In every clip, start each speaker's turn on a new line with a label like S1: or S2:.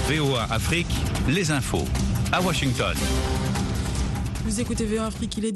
S1: VOA Afrique, les infos. À Washington.
S2: Vous écoutez VOA Afrique, il est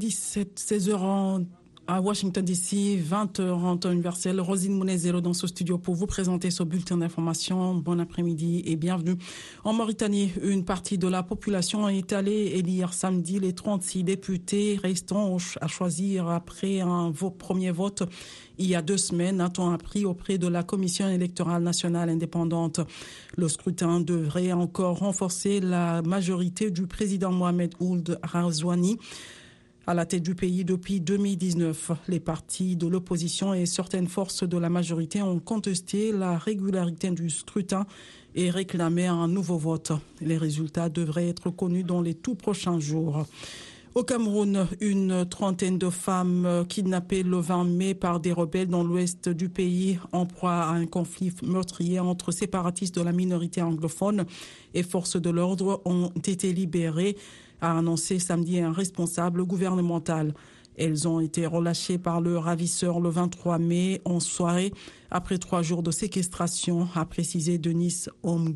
S2: 16h à Washington DC, 20h en temps universel. Rosine Mounezero dans ce studio pour vous présenter ce bulletin d'information. Bon après-midi et bienvenue. En Mauritanie, une partie de la population est allée élire samedi les 36 députés restants à choisir après un premier vote. Il y a 2 semaines, a-t-on appris auprès de la Commission électorale nationale indépendante. Le scrutin devrait encore renforcer la majorité du président Mohamed Ould Razouani à la tête du pays depuis 2019. Les partis de l'opposition et certaines forces de la majorité ont contesté la régularité du scrutin et réclamé un nouveau vote. Les résultats devraient être connus dans les tout prochains jours. Au Cameroun, une trentaine de femmes kidnappées le 20 mai par des rebelles dans l'ouest du pays en proie à un conflit meurtrier entre séparatistes de la minorité anglophone et forces de l'ordre ont été libérées, a annoncé samedi un responsable gouvernemental. Elles ont été relâchées par le ravisseur le 23 mai en soirée après 3 jours de séquestration, a précisé Denis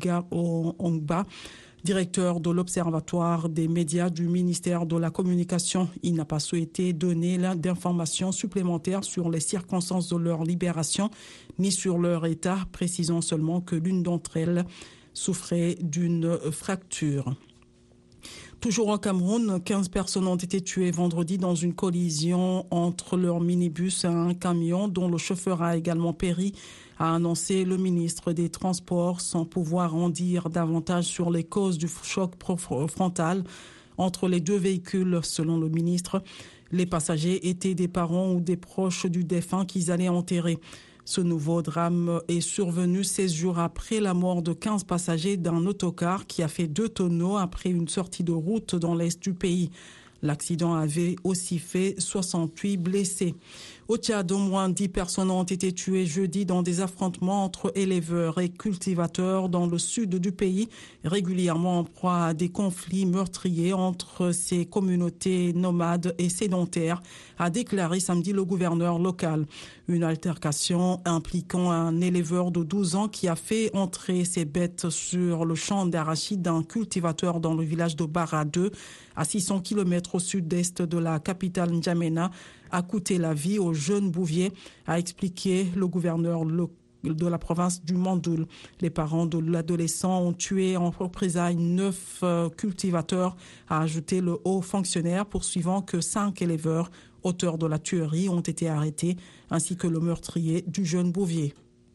S2: Ongba, directeur de l'Observatoire des médias du ministère de la Communication. Il n'a pas souhaité donner d'informations supplémentaires sur les circonstances de leur libération ni sur leur état, précisant seulement que l'une d'entre elles souffrait d'une fracture. Toujours au Cameroun, 15 personnes ont été tuées vendredi dans une collision entre leur minibus et un camion dont le chauffeur a également péri, a annoncé le ministre des Transports sans pouvoir en dire davantage sur les causes du choc frontal entre les 2 véhicules. Selon le ministre, les passagers étaient des parents ou des proches du défunt qu'ils allaient enterrer. Ce nouveau drame est survenu 16 jours après la mort de 15 passagers d'un autocar qui a fait 2 tonneaux après une sortie de route dans l'est du pays. L'accident avait aussi fait 68 blessés. Au Tchad, au moins 10 personnes ont été tuées jeudi dans des affrontements entre éleveurs et cultivateurs dans le sud du pays, régulièrement en proie à des conflits meurtriers entre ces communautés nomades et sédentaires, a déclaré samedi le gouverneur local. Une altercation impliquant un éleveur de 12 ans qui a fait entrer ses bêtes sur le champ d'arachide d'un cultivateur dans le village de Bara 2, à 600 km au sud-est de la capitale N'Djamena, a coûté la vie aux jeunes bouviers, a expliqué le gouverneur de la province du Mandoul. Les parents de l'adolescent ont tué en représailles 9 cultivateurs, a ajouté le haut fonctionnaire, poursuivant que 5 éleveurs auteurs de la tuerie ont été arrêtés, ainsi que le meurtrier du jeune bouvier.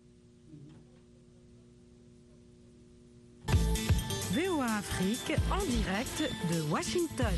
S3: VOA Afrique en direct de Washington.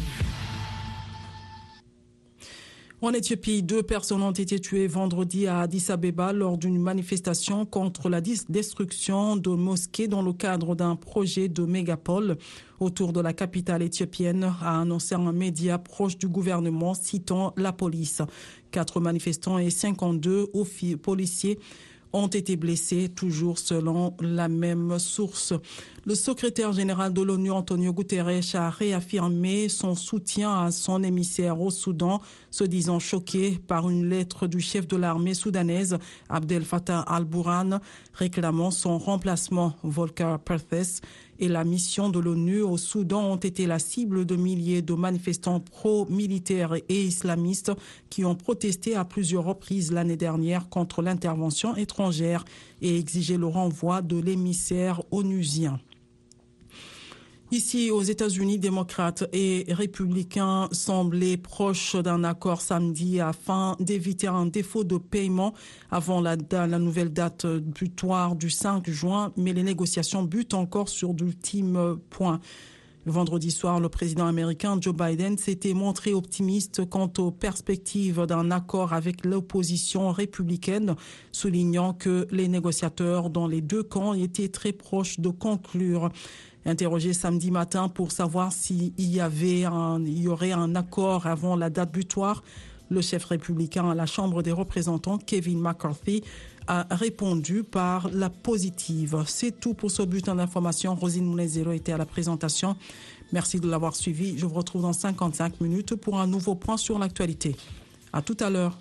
S2: En Éthiopie, 2 personnes ont été tuées vendredi à Addis Abeba lors d'une manifestation contre la destruction de mosquées dans le cadre d'un projet de mégapole autour de la capitale éthiopienne, a annoncé un média proche du gouvernement citant la police. 4 manifestants et 52 policiers ont été blessés, toujours selon la même source. Le secrétaire général de l'ONU, Antonio Guterres, a réaffirmé son soutien à son émissaire au Soudan, se disant choqué par une lettre du chef de l'armée soudanaise, Abdel Fattah al-Burhan, réclamant son remplacement. Volker Perthes et la mission de l'ONU au Soudan ont été la cible de milliers de manifestants pro-militaires et islamistes qui ont protesté à plusieurs reprises l'année dernière contre l'intervention étrangère et exigé le renvoi de l'émissaire onusien. Ici, aux États-Unis, démocrates et républicains semblaient proches d'un accord samedi afin d'éviter un défaut de paiement avant la nouvelle date butoir du 5 juin, mais les négociations butent encore sur d'ultimes points. Vendredi soir, le président américain Joe Biden s'était montré optimiste quant aux perspectives d'un accord avec l'opposition républicaine, soulignant que les négociateurs dans les 2 camps étaient très proches de conclure. Interrogé samedi matin pour savoir s'il y aurait un accord avant la date butoir, le chef républicain à la Chambre des représentants, Kevin McCarthy, a répondu par la positive. C'est tout pour ce bulletin d'information. Rosine Mounezero était à la présentation. Merci de l'avoir suivi. Je vous retrouve dans 55 minutes pour un nouveau point sur l'actualité. À tout à l'heure.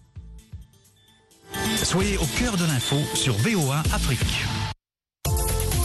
S1: Soyez au cœur de l'info sur VOA Afrique.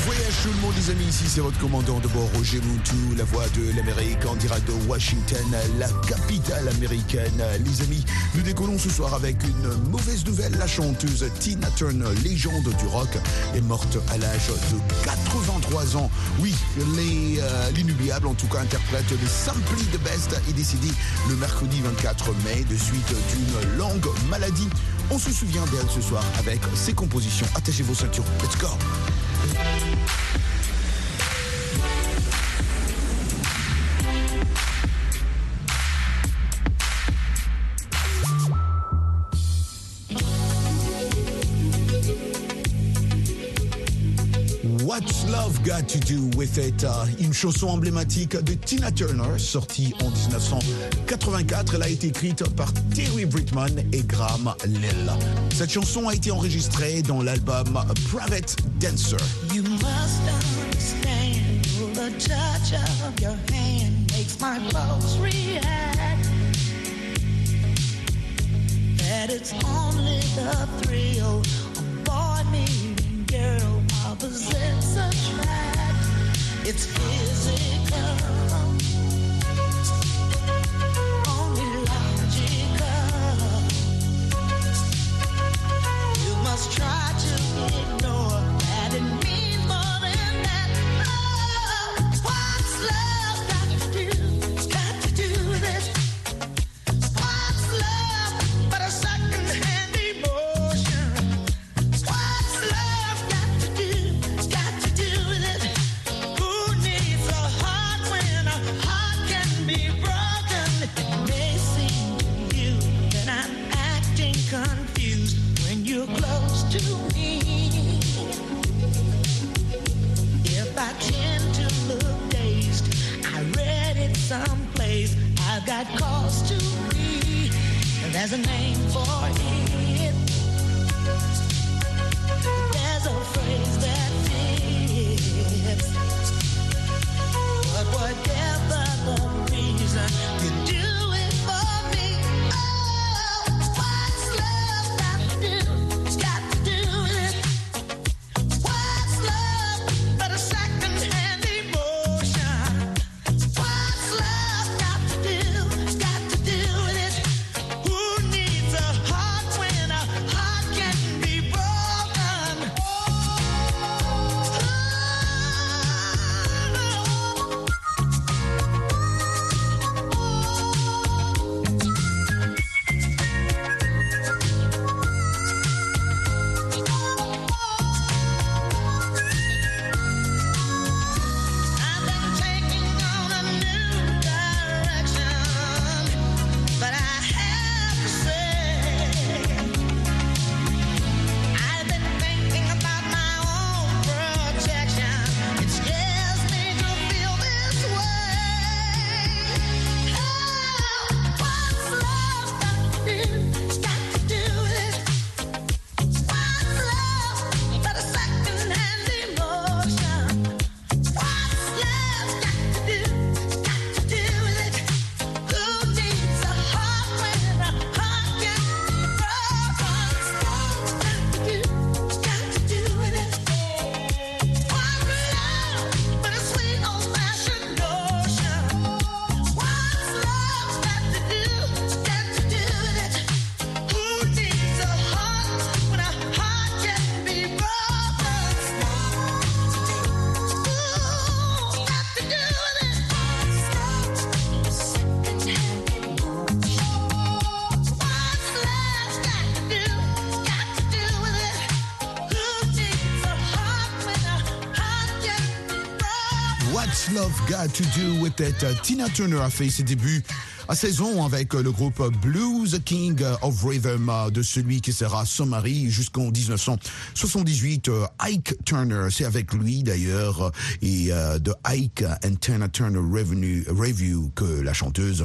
S4: voyage tout le monde les amis, ici c'est votre commandant de bord Roger Muntu, la voix de l'Amérique en direct de Washington, la capitale américaine. Les amis, nous décollons ce soir avec une mauvaise nouvelle. La chanteuse Tina Turner, légende du rock, est morte à l'âge de 83 ans. Oui, l'inoubliable en tout cas interprète de Simply the Best est décédée le mercredi 24 mai de suite d'une longue maladie. On se souvient d'elle ce soir avec ses compositions. Attachez vos ceintures, let's go! What's Love Got to Do With It? Une chanson emblématique de Tina Turner, sortie en 1984. Elle a été écrite par Terry Brickman et Graham Lill. Cette chanson a été enregistrée dans l'album Private Dancer.
S5: You must understand, the touch of your hand makes my pulse react. That it's only the thrill of boy meeting girl opposites attract. It's physical, only logical. You must try to ignore that it means more than that. Oh, what's love got to do? Got to do with it. What's love but a second-hand emotion? What's love got to do? Got to do with it. Who needs a heart when a heart can be broken? It may seem to you that I'm acting confused when you're close to me. If I tend to look dazed, I read it someplace. I've got cause to be. There's a name for it. There's a phrase that fits. But whatever the reason, you do it for me. Oh, what's love got to do? Got to do with it. What's love but a second-hand emotion? What's love got to do? Got to do with it. Who needs a heart when a heart can be broken? I've been taking on a new direction, but I have to say, I've been thinking about my own protection. It scares me to feel this way. Oh, what's love got to do? Got to do with it. What's love but a second-hand emotion? What's love got to do? Got to do with it. Who needs a heart when a heart can be broken? Got to do with it. What's love but a sweet old-fashioned notion? What's love got to do? Got to do with it. Who needs a heart when a heart can be broken? Ooh, got to do with it. What's love got to do? Got to do with it. Who needs a heart when a heart can be broken?
S4: What's Love Got to Do With It? Tina Turner a fait ses débuts à 16 ans avec le groupe Blues King of Rhythm de celui qui sera son mari jusqu'en 1978, Ike Turner. C'est avec lui d'ailleurs et de Ike and Tina Turner Review que la chanteuse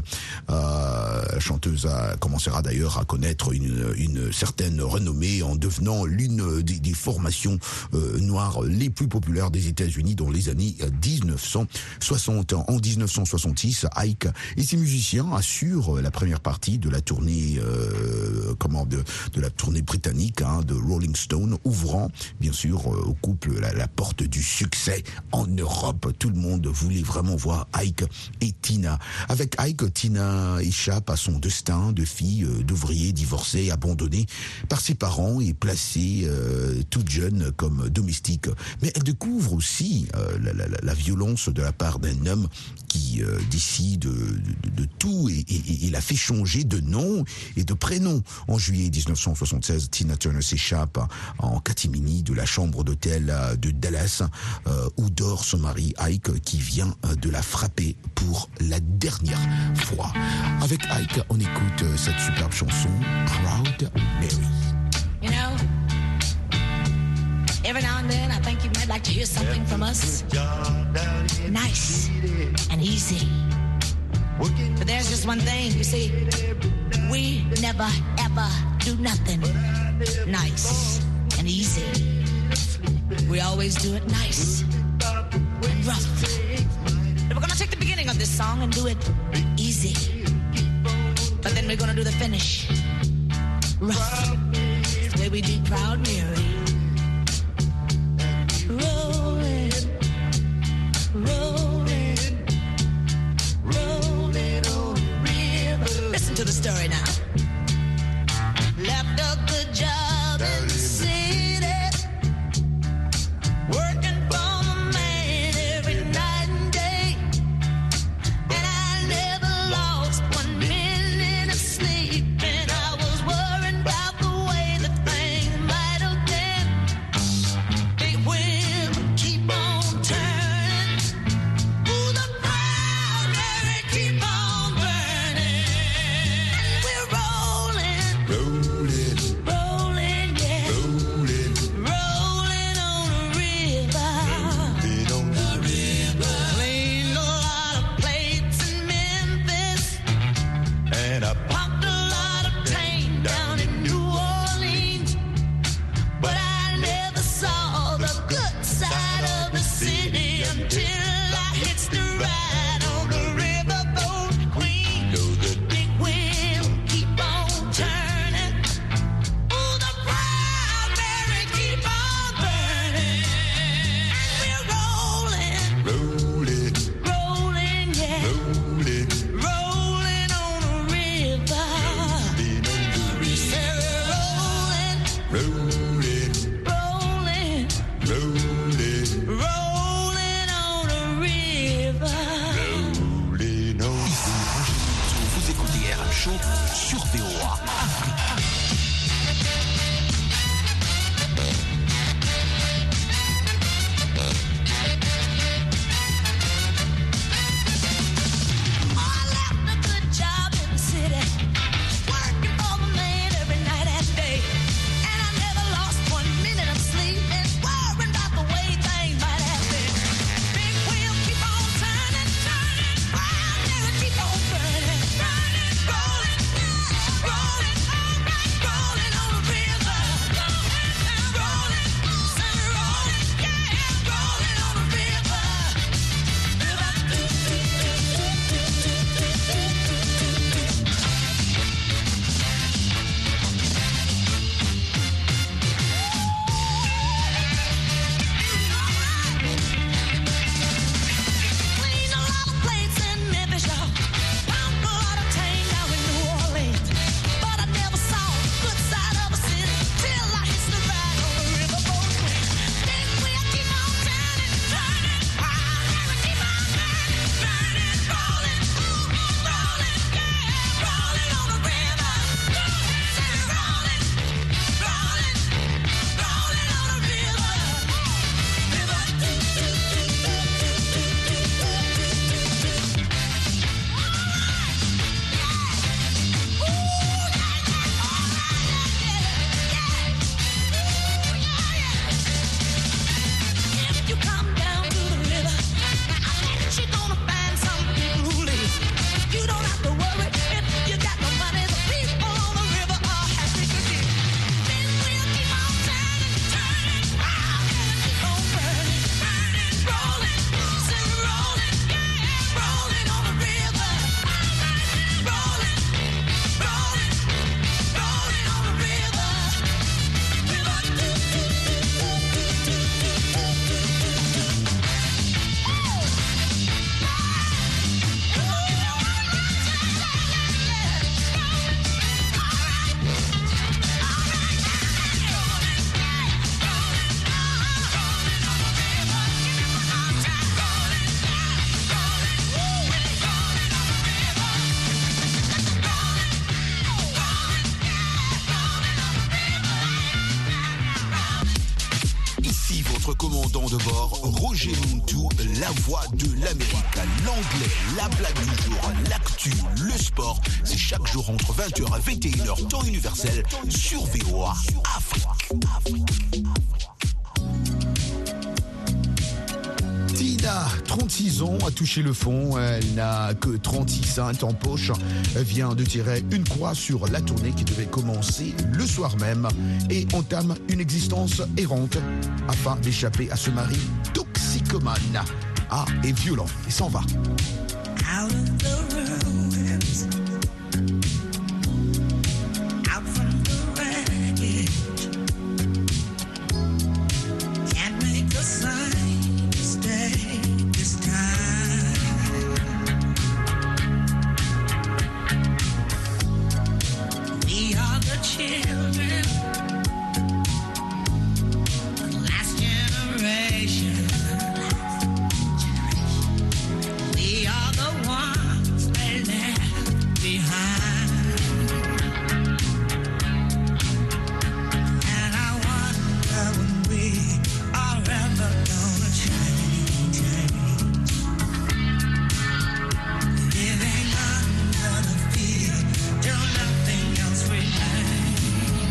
S4: commencera d'ailleurs à connaître une certaine renommée en devenant l'une des formations noires les plus populaires des États-Unis dans les années 1960. En 1966, Ike et ses musiciens assure la première partie de la tournée, de la tournée britannique de Rolling Stone, ouvrant bien sûr au couple la porte du succès en Europe. Tout le monde voulait vraiment voir Ike et Tina. Avec Ike, Tina échappe à son destin de fille d'ouvrier divorcée, abandonnée par ses parents et placée toute jeune comme domestique. Mais elle découvre aussi la violence de la part d'un homme qui décide de tout et la fait changer de nom et de prénom. En juillet 1976, Tina Turner s'échappe en catimini de la chambre d'hôtel de Dallas où dort son mari Ike qui vient de la frapper pour la dernière fois. Avec Ike, on écoute cette superbe chanson Proud Mary.
S6: You know, every now and then I think you might like to hear something from us. Nice and easy. But there's just one thing, you see, we never ever do nothing nice and easy. We always do it nice and rough. We're gonna take the beginning of this song and do it easy. But then we're gonna do the finish rough. It's the way we do Proud Mary. Rolling, rolling, rolling on the river. Listen to the story now. Left a good job in the city, working for the man every night and day. And I never lost 1 minute of sleep. And I was worried about the way that things might have been.
S4: de bord, Roger Montou, la voix de l'Amérique. L'anglais, la blague du jour, l'actu, le sport, c'est chaque jour entre 20h et 21h, temps universel, sur VOA Afrique. Tina, 36 ans, a touché le fond. Elle n'a que 36 cents en poche. Elle vient de tirer une croix sur la tournée qui devait commencer le soir même et entame une existence errante afin d'échapper à ce mari toxicomane. Et violent. Et s'en va.
S5: Out of the ruins, out from the wreckage, can't make the same mistake this time. We are the children, the last generation. We are the ones they left behind. And I wonder when we are ever gonna change. Living under the fear till nothing else remains.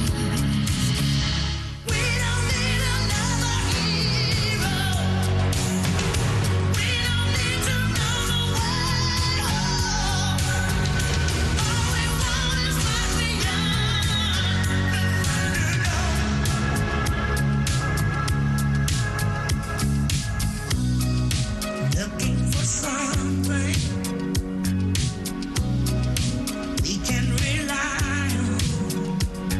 S5: We don't need another hero. We don't need to know the way home. All we want is what's beyond the thunder. Looking for something we can rely on.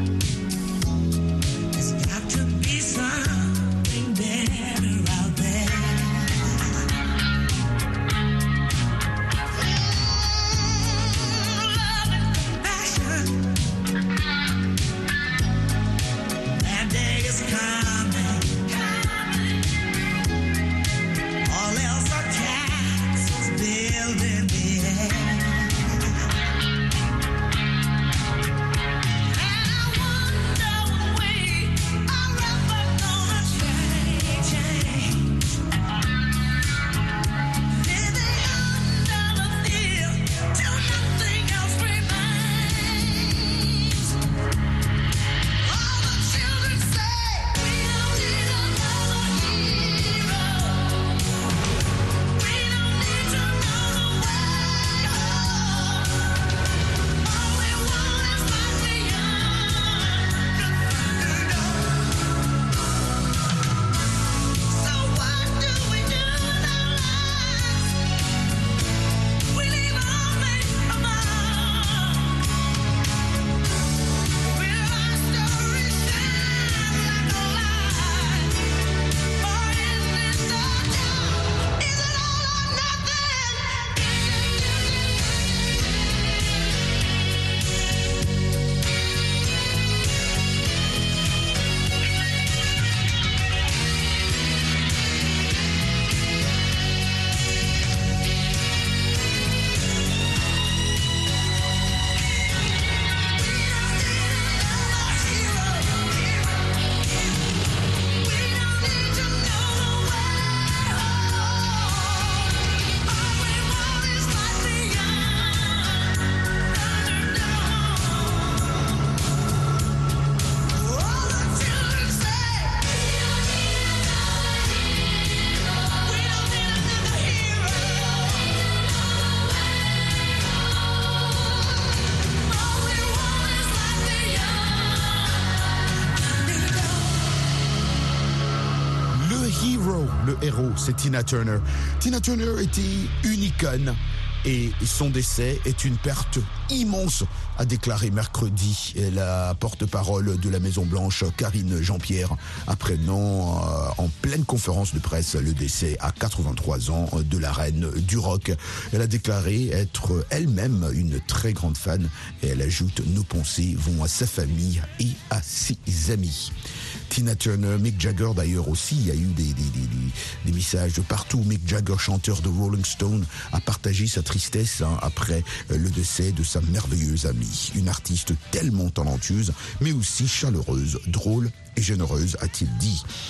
S5: There's got to be something better out there. Love and compassion. That day is coming. All else are castles built in the air. And I wonder when we are ever gonna change. Living under the fear till nothing else remains. All the children say we don't need another hero. We don't need to know the way home. All we want is what's beyond the thunderdome. So what do we do with our lives? We leave all men alone. Will our story shine like a light? Or is this the time? Is it all or nothing?
S4: Le héros, c'est Tina Turner. Tina Turner était une icône et son décès est une perte immense, a déclaré mercredi la porte-parole de la Maison-Blanche, Karine Jean-Pierre, apprenant en pleine conférence de presse le décès à 83 ans de la reine du rock. Elle a déclaré être elle-même une très grande fan et elle ajoute: nos pensées vont à sa famille et à ses amis. Tina Turner, Mick Jagger d'ailleurs aussi, il y a eu des messages de partout. Mick Jagger, chanteur de Rolling Stone, a partagé sa tristesse après le décès de sa merveilleuse amie. Une artiste tellement talentueuse, mais aussi chaleureuse, drôle et généreuse, a-t-il dit.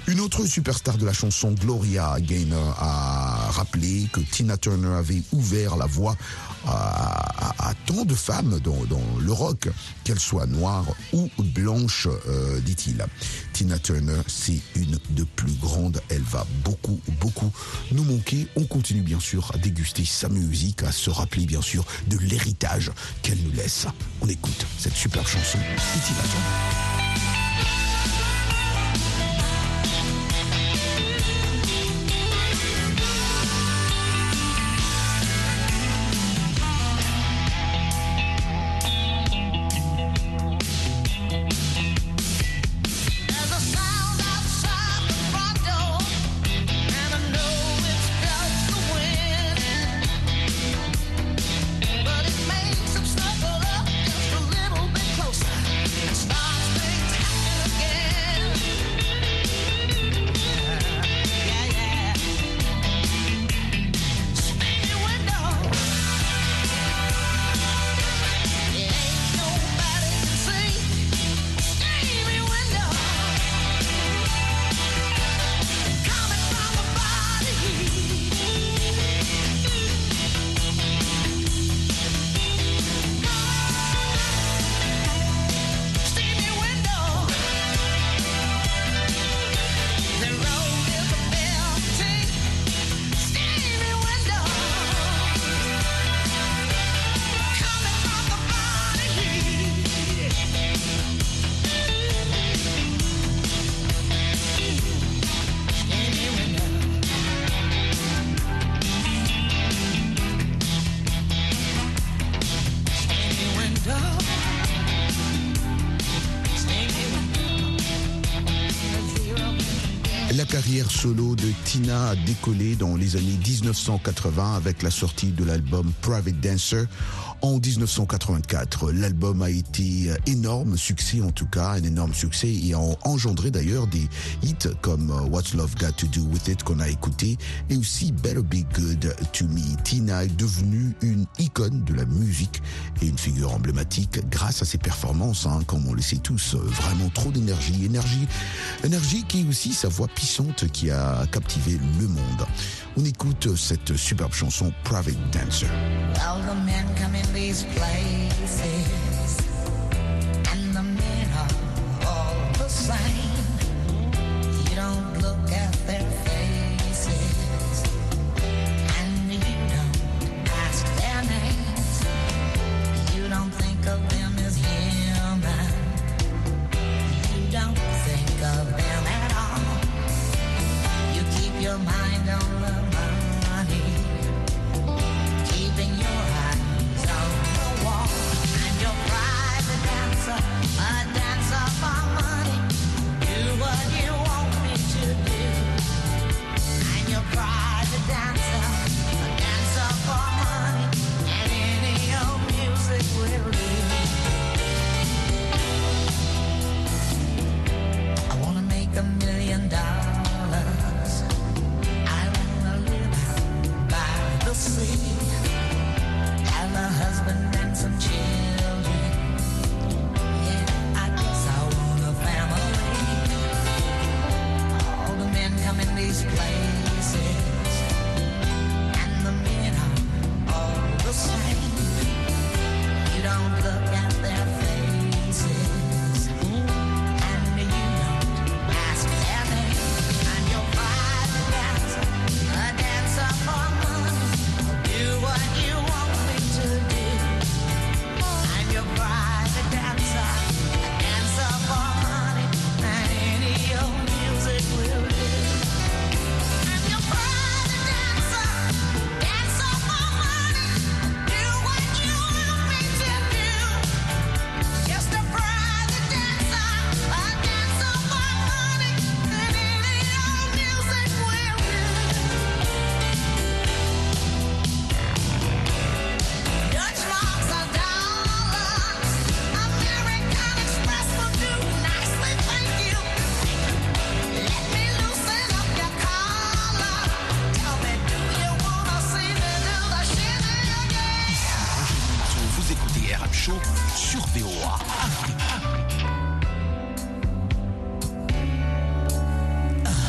S4: Une autre superstar de la chanson, Gloria Gaynor, a rappelé que Tina Turner avait ouvert la voie à tant de femmes dans le rock, qu'elles soient noires ou blanches, dit-il. Tina Turner, c'est une de plus grandes. Elle va beaucoup nous manquer. On continue bien sûr à déguster sa musique, à se rappeler bien sûr de l'héritage qu'elle nous laisse. On écoute cette superbe chanson de Tina Turner. La carrière solo de Tina a décollé dans les années 1980 avec la sortie de l'album Private Dancer. En 1984, l'album a été énorme succès, en tout cas, un énorme succès, et a engendré d'ailleurs des hits comme What's Love Got to Do With It qu'on a écouté, et aussi Better Be Good to Me. Tina est devenue une icône de la musique et une figure emblématique grâce à ses performances, comme on le sait tous, vraiment trop d'énergie, énergie qui est aussi sa voix puissante qui a captivé le monde. On écoute cette superbe chanson Private Dancer.
S6: All the men come in these places, and the men are all the same. You don't look at their faces, and you don't ask their names. You don't think of them as human. You don't think of them at all. You keep your mind on the money, keeping your eyes on the wall. And your private dancer, a dancer for money. Do what you want me to do. And your private dancer, a dancer for money. And any old music will do. I wanna make $1 million. I wanna live by the sea, have a husband and some children. Yeah, I guess I want a family. All the men come in these places, and the men are all the same. You don't look at their faces, and you don't ask their name. And your private dancer, a dancer for money. Do what you want me to do. I'm your private dancer, a dancer for money. And any old music will do. I'm your private dancer, dancer for money. Do what you want me to do. Just a private dancer, a dancer for money. And any old music will do. Dutch marks are dollars. American Express will do nicely, thank you. Let me loosen up your collar. Tell me, do you wanna see me do the shimmy again?
S1: Vous écoutez RM Show sur VOA Afrique.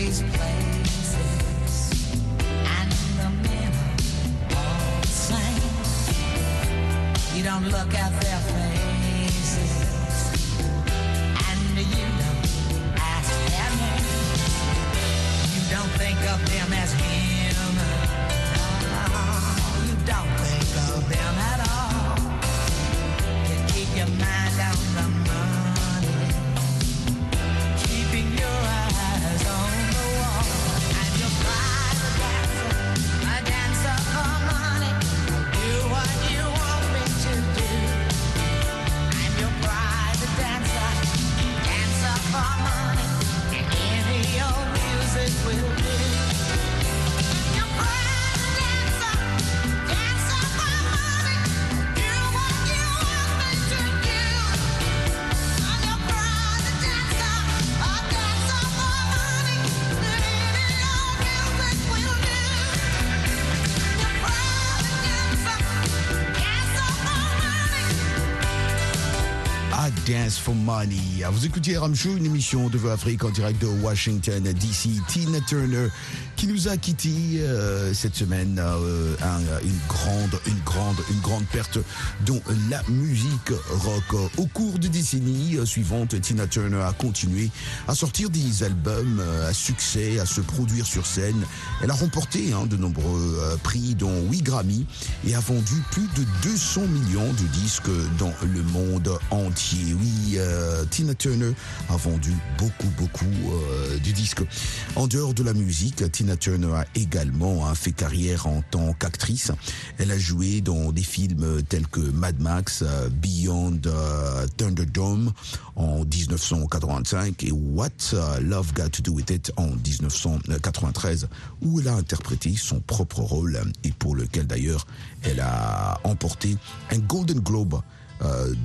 S5: these places, and the men are all the same. You don't look at their faces, and you don't ask their name. You don't think of them as human. You don't think of them at all. You keep your mind on the money, keeping your eyes on the wall. And you're a dancer for money. Do what you want me to do. I'm your private dancer, dancer for money. And any old music will do. Your private dancer, dancer for money. Do what you want me to do. I'm your private dancer, a dancer for money. Any old music will do. Your private dancer, dancer for money.
S4: I Dance for Money. Vous écoutez Ramchou, une émission de Voix Afrique en direct de Washington DC. Tina Turner qui nous a quittés cette semaine, une grande perte dans la musique rock. Au cours des décennies suivantes, Tina Turner a continué à sortir des albums à succès, à se produire sur scène. Elle a remporté de nombreux prix, dont 8 Grammy, et a vendu plus de 200 millions de disques dans le monde entier. Oui, Tina Turner a vendu beaucoup de disques. En dehors de la musique, Tina Turner a également fait carrière en tant qu'actrice. Elle a joué dans des films tels que Mad Max, Beyond Thunderdome en 1985 et What Love Got to Do With It en 1993, où elle a interprété son propre rôle et pour lequel d'ailleurs elle a emporté un Golden Globe